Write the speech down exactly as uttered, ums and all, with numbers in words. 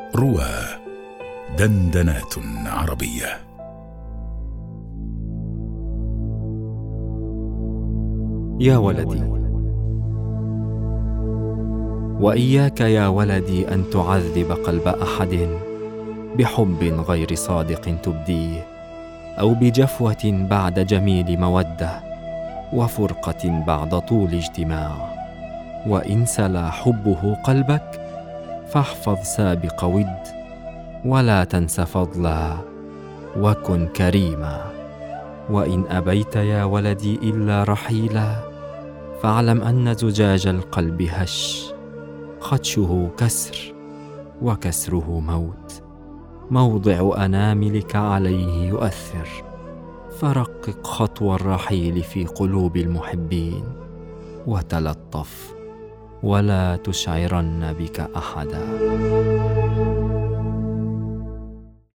روى دندنات عربية. يا ولدي، وإياك يا ولدي أن تعذب قلب أحد بحب غير صادق تبديه، أو بجفوة بعد جميل مودة، وفرقة بعد طول اجتماع. وإن سلا حبه قلبك فاحفظ سابق ود، ولا تنس فضلا، وكن كريما. وإن أبيت يا ولدي إلا رحيلا، فاعلم أن زجاج القلب هش، خدشه كسر وكسره موت، موضع أناملك عليه يؤثر. فرقق خطو الرحيل في قلوب المحبين، وتلطف ولا تشعرن بك أحدا.